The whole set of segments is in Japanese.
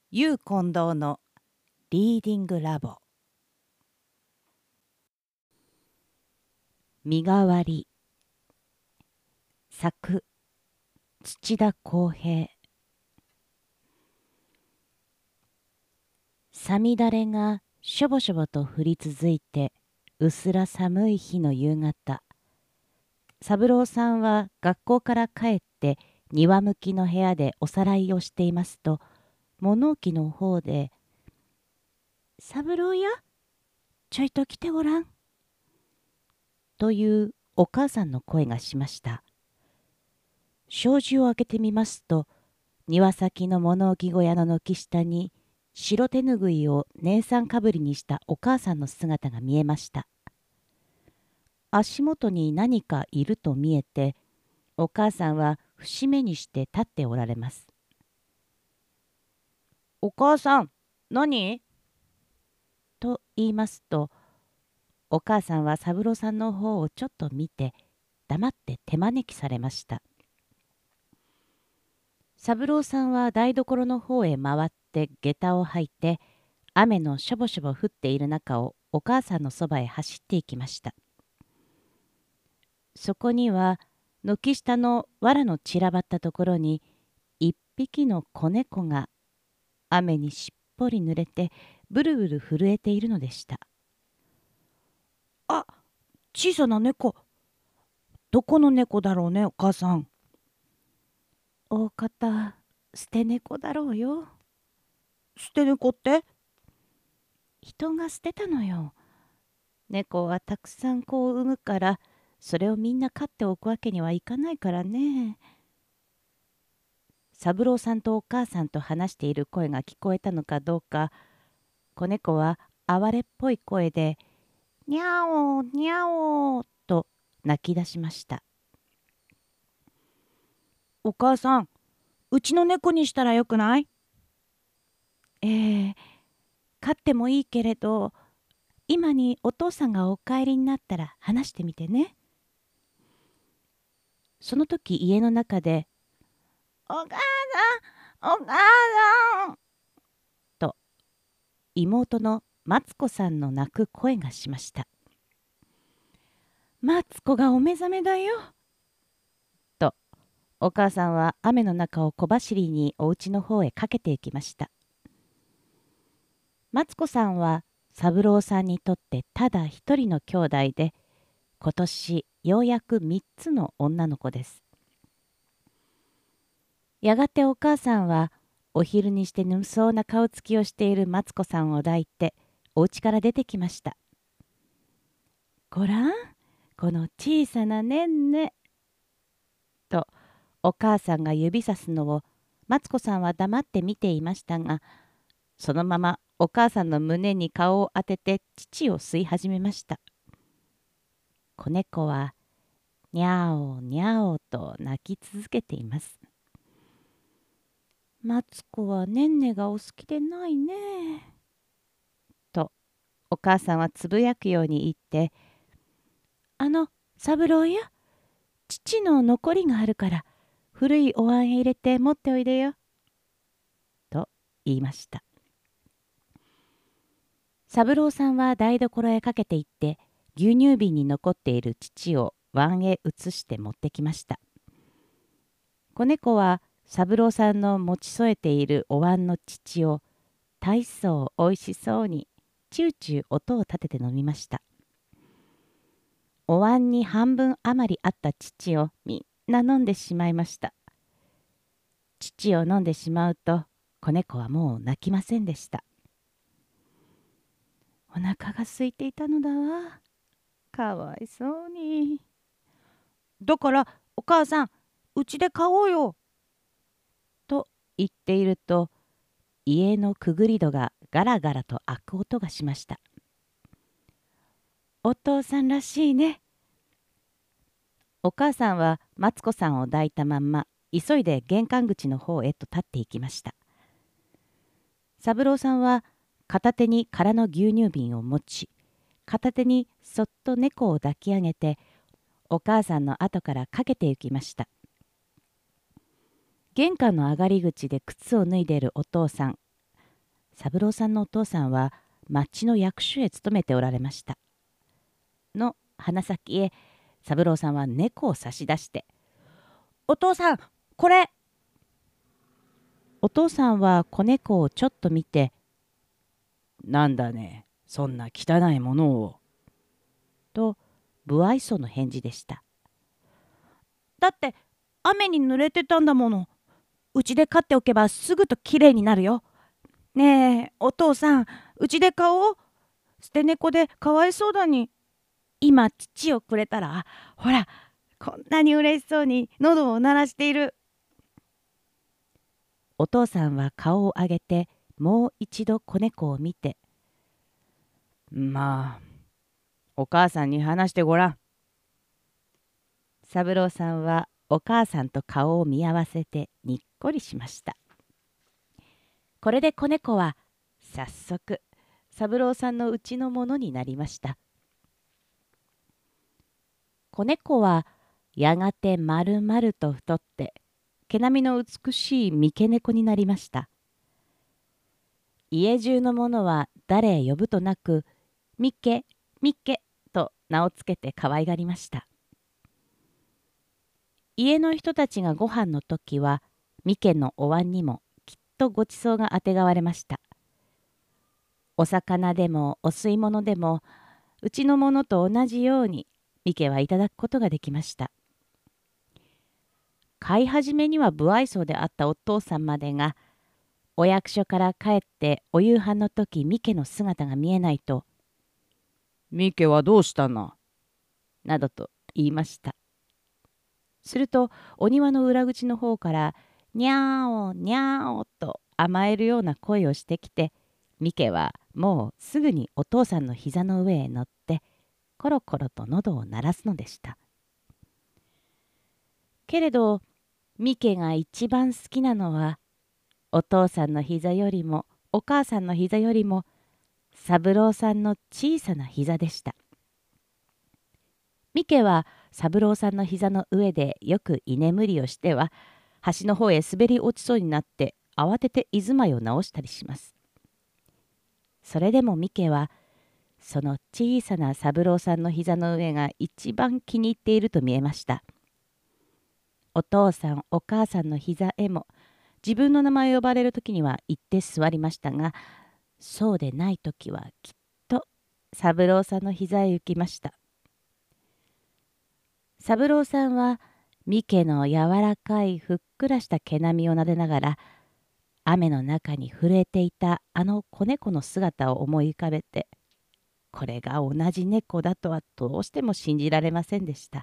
ユー近藤のリーディングラボ。身代わり。作土田康平。さみだれがしょぼしょぼと降り続いて、うすら寒い日の夕方、三郎さんは学校から帰って庭向きの部屋でおさらいをしていますと、物置の方で「三郎や、ちょいと来てごらん」というお母さんの声がしました。障子を開けてみますと、庭先の物置小屋の軒下に白手ぬぐいを姉さんかぶりにしたお母さんの姿が見えました。足元に何かいると見えて、お母さんは節目にして立っておられます。お母さん、何と言いますと、お母さんは三郎さんの方をちょっと見て、黙って手招きされました。三郎さんは台所の方へ回って下駄を履いて、雨のしょぼしょぼ降っている中をお母さんのそばへ走っていきました。そこには軒下の藁の散らばったところに一匹の子猫が雨にしっぽり濡れてブルブル震えているのでした。あ、小さな猫。どこの猫だろうね、お母さん。大方、捨て猫だろうよ。捨て猫って？人が捨てたのよ。猫はたくさん子を産むから、それをみんな飼っておくわけにはいかないからね。三郎さんとお母さんと話している声が聞こえたのかどうか、子猫は哀れっぽい声で、にゃおにゃおと泣き出しました。お母さん、うちの猫にしたらよくない？飼ってもいいけれど、今にお父さんがお帰りになったら話してみてね。その時家の中で、お母さん、お母さんと妹のマツコさんの泣く声がしました。マツコがお目覚めだよ。とお母さんは雨の中を小走りにお家の方へかけていきました。マツコさんは三郎さんにとってただ一人の兄弟で、今年ようやく3つの女の子です。やがてお母さんはお昼にしてぬそうな顔つきをしているマツコさんを抱いてお家から出てきました。ごらん、この小さなねんね。とお母さんが指さすのをマツコさんは黙って見ていましたが、そのままお母さんの胸に顔を当てて乳を吸い始めました。子猫はにゃおにゃおと泣き続けています。マツコはねんねがお好きでないね。とお母さんはつぶやくように言って、三郎や、父の残りがあるから古いお椀へ入れて持っておいでよ。と言いました。三郎さんは台所へかけて行って牛乳瓶に残っている乳を椀へ移して持ってきました。子猫は三郎さんの持ち添えているお椀の乳を大層おいしそうにチューチュー音を立てて飲みました。お椀に半分余りあった乳をみんな飲んでしまいました。乳を飲んでしまうと子猫はもう泣きませんでした。お腹が空いていたのだわ。かわいそうに。だからお母さん、うちで買おうよ。と言っていると、家のくぐり戸がガラガラと開く音がしました。お父さんらしいね。お母さんはマツコさんを抱いたまんま急いで玄関口の方へと立っていきました。三郎さんは片手に空の牛乳瓶を持ち、片手にそっと猫を抱き上げてお母さんの後からかけて行きました。玄関の上がり口で靴を脱いでいるお父さん、 三郎さんのお父さんは町の役所へ勤めておられました。の鼻先へ三郎さんは猫を差し出して、お父さん、これ。お父さんは子猫をちょっと見て、なんだね、そんな汚いものを。と、不愛想の返事でした。だって、雨に濡れてたんだもの。うちで飼っておけばすぐときれいになるよ。ねえ、お父さん、うちで飼おう。捨て猫でかわいそうだに。今、乳をくれたら、ほら、こんなに嬉しそうに喉を鳴らしている。お父さんは顔を上げて、もう一度子猫を見て、まあ、お母さんに話してごらん。三郎さんはお母さんと顔を見合わせてにっこりしました。これで子猫は早速三郎さんのうちのものになりました。子猫はやがて丸々と太って毛並みの美しい三毛猫になりました。家中の者は誰へ呼ぶとなく三毛三毛と名をつけて可愛がりました。家の人たちがご飯の時は三毛のお椀にもきっとごちそうがあてがわれました。お魚でもお吸い物でもうちのものと同じように三毛はいただくことができました。飼い始めには不愛想であったお父さんまでがお役所から帰ってお夕飯の時三毛の姿が見えないと「三毛はどうしたな?」などと言いました。するとお庭の裏口の方から「にゃーおにゃーお」と甘えるような声をしてきて三毛はもうすぐにお父さんの膝の上へ乗ってコロコロと喉を鳴らすのでした。けれど三毛が一番好きなのはお父さんの膝よりもお母さんの膝よりも三郎さんの小さな膝でした。三毛は三郎さんの膝の上でよく居眠りをしては端の方へ滑り落ちそうになって慌てて居住まいを直したりします。それでも三毛はその小さな三郎さんの膝の上が一番気に入っていると見えました。お父さんお母さんの膝へも自分の名前を呼ばれる時には行って座りましたが、そうでない時はきっと三郎さんの膝へ行きました。三郎さんは三毛の柔らかいふっくらした毛並みをなでながら雨の中に震えていたあの子猫の姿を思い浮かべて、これが同じ猫だとはどうしても信じられませんでした。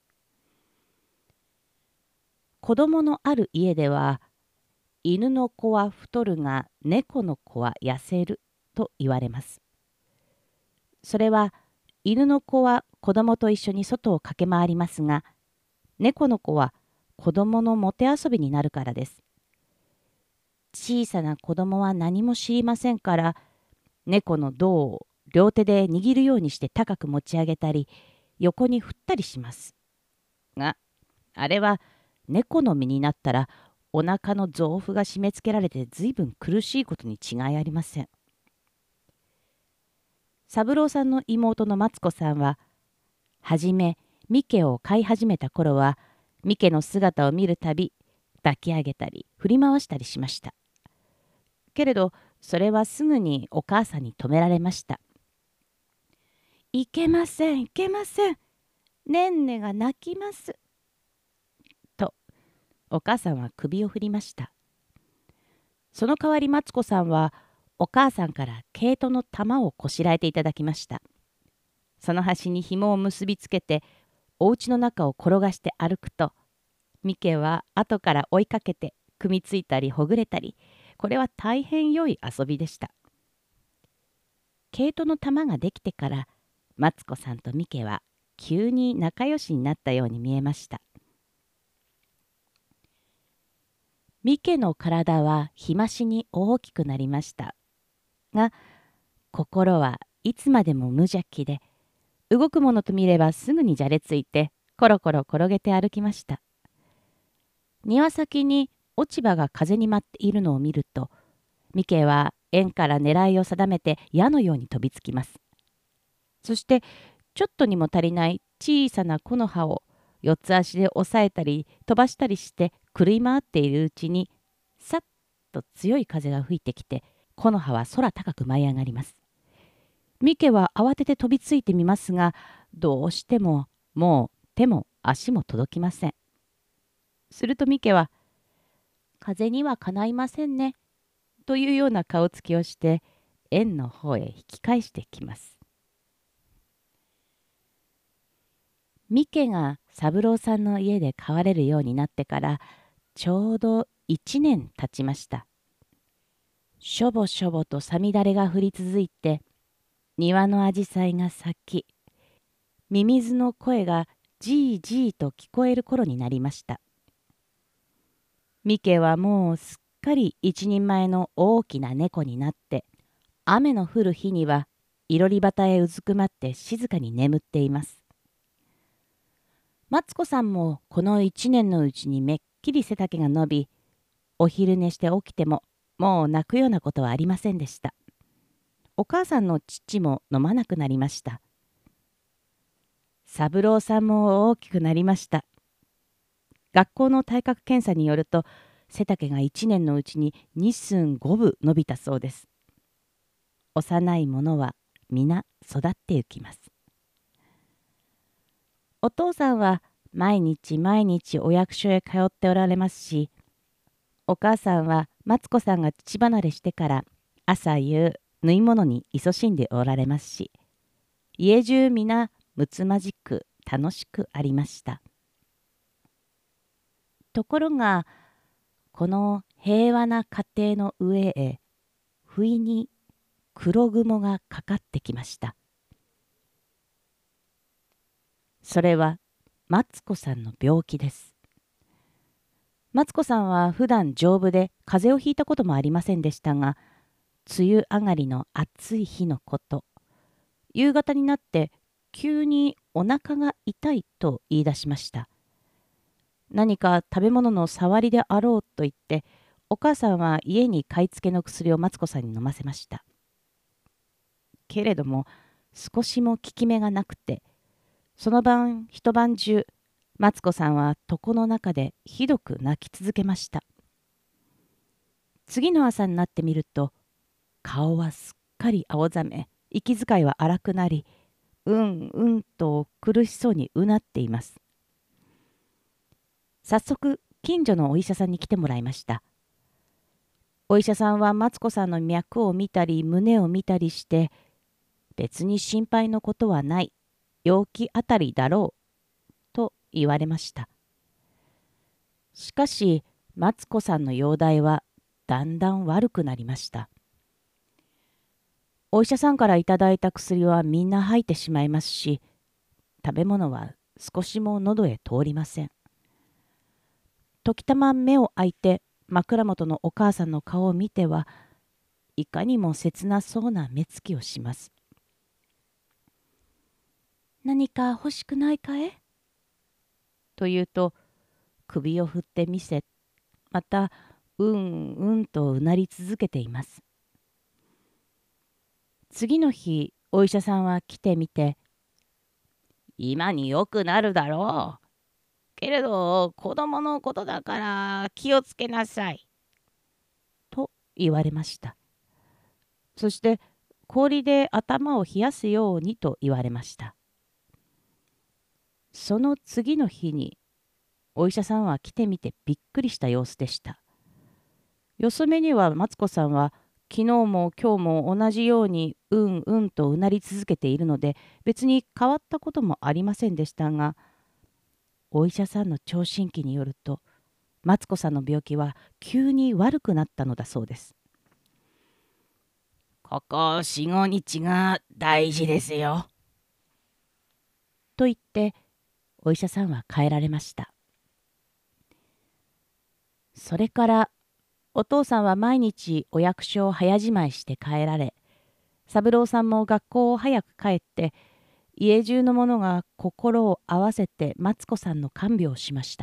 子供のある家では犬の子は太るが猫の子は痩せると言われます。それは犬の子は子供と一緒に外を駆け回りますが、猫の子は子供のもてあそびになるからです。小さな子供は何も知りませんから、猫の胴を両手で握るようにして高く持ち上げたり、横に振ったりします。が、あれは猫の身になったらお腹の臓腑が締め付けられてずいぶん苦しいことに違いありません。三郎さんの妹のマツコさんははじめ三毛を飼い始めた頃は三毛の姿を見るたび抱き上げたり振り回したりしました。けれどそれはすぐにお母さんに止められました。いけませんいけません、ねんねが泣きます。とお母さんは首を振りました。その代わりマツコさんはお母さんから毛糸の玉をこしらえていただきました。その端に紐を結びつけてお家の中を転がして歩くと、三毛は後から追いかけて組みついたりほぐれたり、これは大変良い遊びでした。毛糸の玉ができてからマツコさんと三毛は急に仲良しになったように見えました。三毛の体は日増しに大きくなりましたが、心はいつまでも無邪気で、動くものと見ればすぐにじゃれついてコロコロ転げて歩きました。庭先に落ち葉が風に舞っているのを見ると、三毛は円から狙いを定めて矢のように飛びつきます。そしてちょっとにも足りない小さな木の葉を四つ足で押さえたり飛ばしたりして狂い回っているうちに、さっと強い風が吹いてきて、木の葉は空高く舞い上がります。ミケは慌てて飛びついてみますが、どうしてももう手も足も届きません。するとミケは、風にはかないませんね、というような顔つきをして、円の方へ引き返してきます。ミケが三郎さんの家で飼われるようになってからちょうど1年経ちました。しょぼしょぼとさみだれが降り続いて、庭のあじさいが咲き、ミミズの声がじーじーと聞こえる頃になりました。ミケはもうすっかり一人前の大きな猫になって、雨の降る日にはいろり端へうずくまって静かに眠っています。マツコさんもこの1年のうちにめっきり背丈が伸び、お昼寝して起きてももう泣くようなことはありませんでした。お母さんの乳も飲まなくなりました。三郎さんも大きくなりました。学校の体格検査によると、背丈が1年のうちに2寸5分伸びたそうです。幼い者は皆育ってゆきます。お父さんは毎日毎日お役所へ通っておられますし、お母さんはマツコさんが乳離れしてから朝夕縫い物に勤しんでおられますし、家中皆むつまじく楽しくありました。ところがこの平和な家庭の上へ不意に黒雲がかかってきました。それはマツコさんの病気です。マツコさんは普段丈夫で風邪をひいたこともありませんでしたが、梅雨上がりの暑い日のこと、夕方になって急にお腹が痛いと言い出しました。何か食べ物の触りであろうと言って、お母さんは家に買い付けの薬をマツコさんに飲ませました。けれども少しも効き目がなくて、その晩一晩中マツコさんは床の中でひどく泣き続けました。次の朝になってみると、顔はすっかり青ざめ、息遣いは荒くなり、うんうんと苦しそうにうなっています。早速近所のお医者さんに来てもらいました。お医者さんはマツコさんの脈を見たり胸を見たりして、別に心配のことはない、陽気あたりだろうと言われました。しかしマツコさんの容体はだんだん悪くなりました。お医者さんからいただいた薬はみんな吐いてしまいますし、食べ物は少しも喉へ通りません。時たま目を開いて枕元のお母さんの顔を見ては、いかにも切なそうな目つきをします。何か欲しくないかえと言うと、首を振ってみせ、またうんうんとうなり続けています。次の日お医者さんは来てみて、今によくなるだろう。けれど子供のことだから気をつけなさい。と言われました。そして氷で頭を冷やすようにと言われました。その次の日にお医者さんは来てみてびっくりした様子でした。よそ目にはマツコさんは昨日も今日も同じようにうんうんとうなり続けているので、別に変わったこともありませんでしたが、お医者さんの聴診器によると、マツコさんの病気は急に悪くなったのだそうです。ここ4、5日が大事ですよ。と言ってお医者さんは帰られました。それからお父さんは毎日お役所を早じまいして帰られ、三郎さんも学校を早く帰って、家中の者が心を合わせてマツコさんの看病をしました。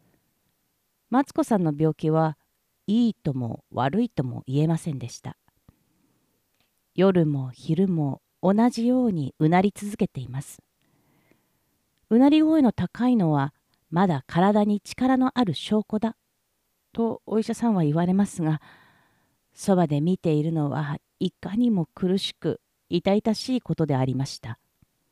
マツコさんの病気はいいとも悪いとも言えませんでした。 夜も昼も同じようにうなり続けています。うなり声の高いのはまだ体に力のある証拠だとお医者さんは言われますが、そばで見ているのはいかにも苦しく痛々しいことでありました。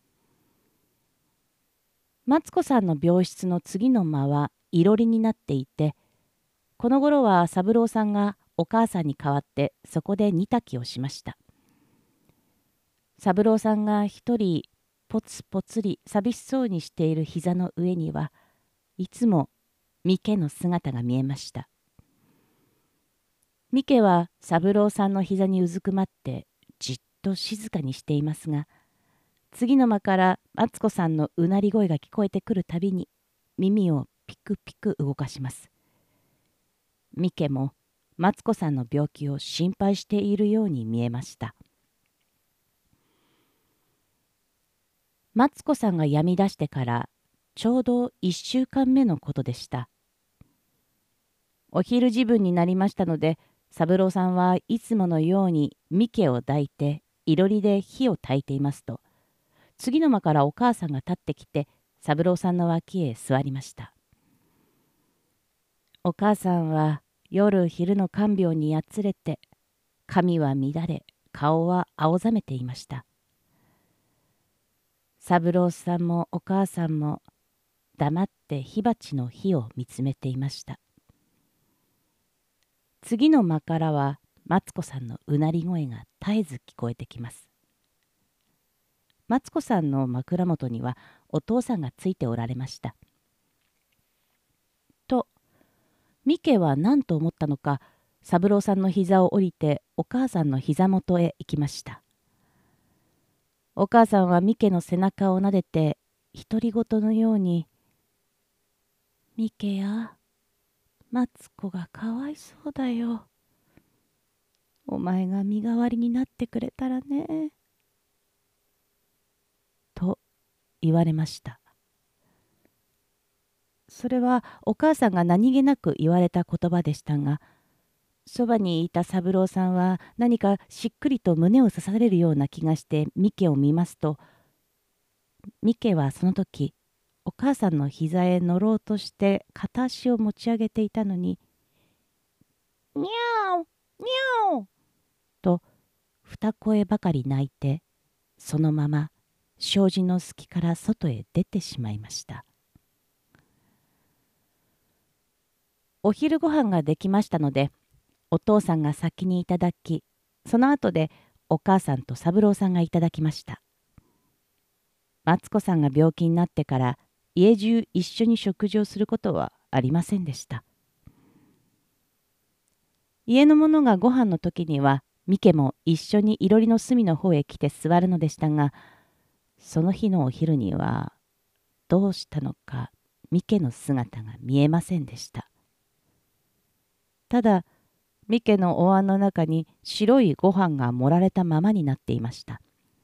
マツコさんの病室の次の間はいろりになっていて、この頃は三郎さんがお母さんに代わってそこで煮炊きをしました。三郎さんが一人ぽつぽつり寂しそうにしている膝の上にはいつもミケの姿が見えました。ミケは三郎さんの膝にうずくまってじっと静かにしていますが、次の間からマツコさんのうなり声が聞こえてくるたびに耳をピクピク動かします。ミケもマツコさんの病気を心配しているように見えました。マツコさんが病み出してからちょうど1週間目のことでした。お昼時分になりましたので、三郎さんはいつものようにミケを抱いていろりで火を焚いていますと、次の間からお母さんが立ってきて三郎さんの脇へ座りました。お母さんは夜昼の看病にやつれて、髪は乱れ顔は青ざめていました。三郎さんもお母さんも黙って火鉢の火を見つめていました。次の間からはマツコさんのうなり声が絶えず聞こえてきます。マツコさんの枕元にはお父さんがついておられました。と、ミケは何と思ったのか、三郎さんの膝を降りてお母さんの膝元へ行きました。お母さんはミケの背中をなでて独り言のように、ミケや、マツコがかわいそうだよ。お前が身代わりになってくれたらね。と言われました。それはお母さんが何気なく言われた言葉でしたが、そばにいた三郎さんは何かしっくりと胸を刺されるような気がしてミケを見ますと、ミケはその時お母さんの膝へ乗ろうとして片足を持ち上げていたのに、にゃおにゃおと二声ばかり泣いて、そのまま障子の隙から外へ出てしまいました。お昼ご飯ができましたので、お父さんが先にいただき、その後でお母さんと三郎さんがいただきました。マツコさんが病気になってから家中一緒に食事をすることはありませんでした。家の者がご飯の時にはミケも一緒にいろりの隅の方へ来て座るのでしたが、その日のお昼にはどうしたのかミケの姿が見えませんでした。ただミケのお椀の中に白いご飯が盛られたままになっていました。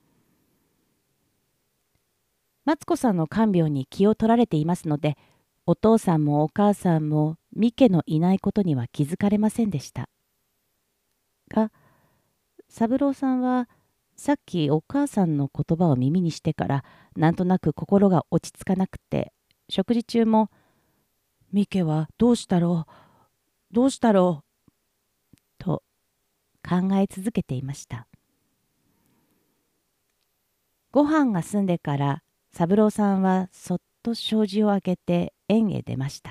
マツコさんの看病に気を取られていますので、お父さんもお母さんもミケのいないことには気づかれませんでした。が、三郎さんはさっきお母さんの言葉を耳にしてからなんとなく心が落ち着かなくて、食事中も「ミケはどうしたろうどうしたろう」と考え続けていました。ご飯が済んでから三郎さんはそっと障子を開けて園へ出ました。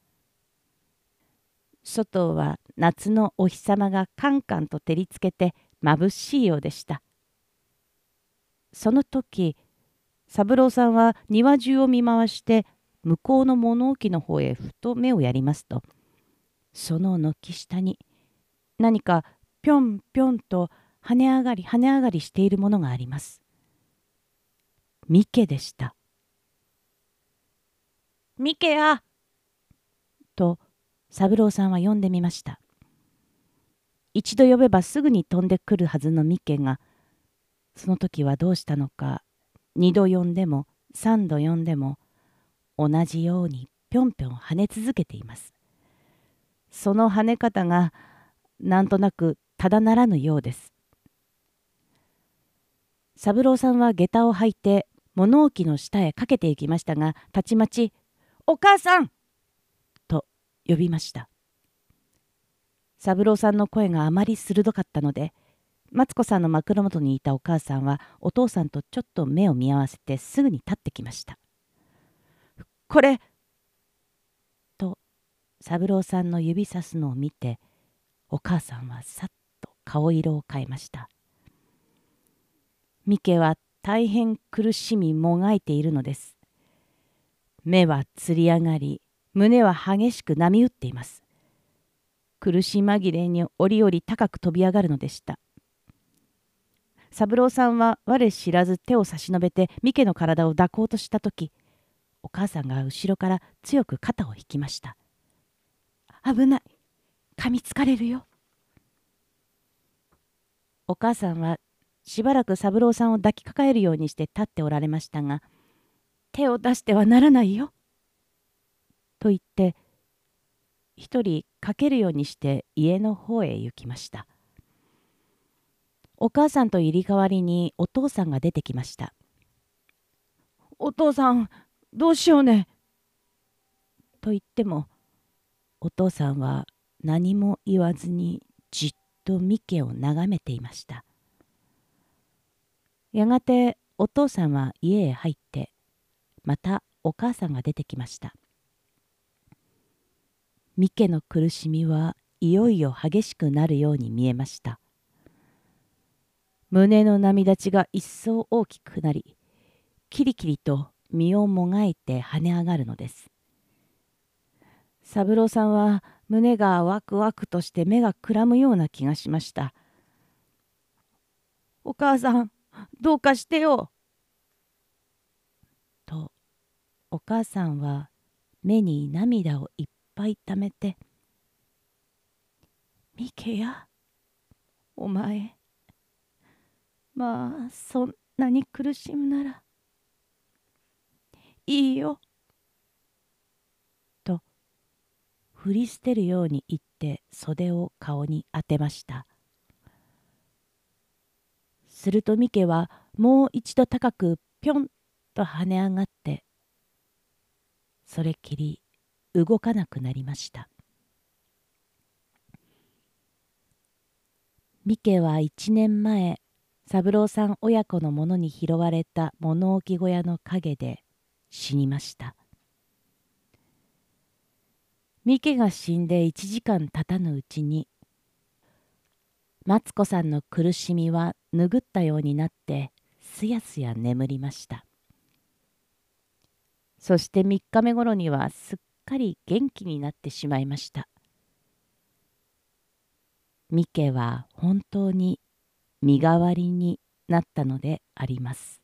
外は夏のお日様がカンカンと照りつけて眩しいようでした。その時、三郎さんは庭中を見回して向こうの物置の方へふと目をやりますと、その軒下に何かぴょんぴょんと跳ね上がり跳ね上がりしているものがあります。ミケでした。ミケやと三郎さんは呼んでみました。一度呼べばすぐに飛んでくるはずのミケが、その時はどうしたのか、二度呼んでも三度呼んでも同じようにぴょんぴょん跳ね続けています。その跳ね方がなんとなくただならぬようです。 三郎さんは下駄を履いて物置の下へかけて行きましたが、たちまち「お母さん!」と呼びました。三郎さんの声があまり鋭かったので、マツコさんの枕元にいたお母さんはお父さんとちょっと目を見合わせてすぐに立ってきました。これと三郎さんの指さすのを見て、お母さんはさっと顔色を変えました。ミケは大変苦しみもがいているのです。目はつり上がり、胸は激しく波打っています。苦し紛れに折々高く飛び上がるのでした。三郎さんは我知らず手を差し伸べてミケの体を抱こうとしたとき、お母さんが後ろから強く肩を引きました。危ない、噛みつかれるよ。お母さんはしばらく三郎さんを抱きかかえるようにして立っておられましたが、手を出してはならないよ。と言って、一人かけるようにして家の方へ行きました。お母さんと入り代わりにお父さんが出てきました。お父さん、どうしようね。と言っても、お父さんは何も言わずにじっとミケを眺めていました。やがてお父さんは家へ入って、またお母さんが出てきました。ミケの苦しみはいよいよ激しくなるように見えました。胸の波立ちが一層大きくなり、キリキリと身をもがいて跳ね上がるのです。三郎さんは胸がワクワクとして目がくらむような気がしました。お母さん、どうかしてよ。と、お母さんは目に涙をいっぱいためて、ミケや、お前、まあそんなに苦しむなら、いいよ。と、振り捨てるように言って袖を顔に当てました。するとミケはもう一度高くぴょんと跳ね上がって、それきり動かなくなりました。ミケは1年前、三郎さん親子のものに拾われた物置小屋の陰で死にました。ミケが死んで1時間経たぬうちに、マツコさんの苦しみは拭ったようになってすやすや眠りました。そして3日目ごろにはすっかり元気になってしまいました。ミケは本当に身代わりになったのであります。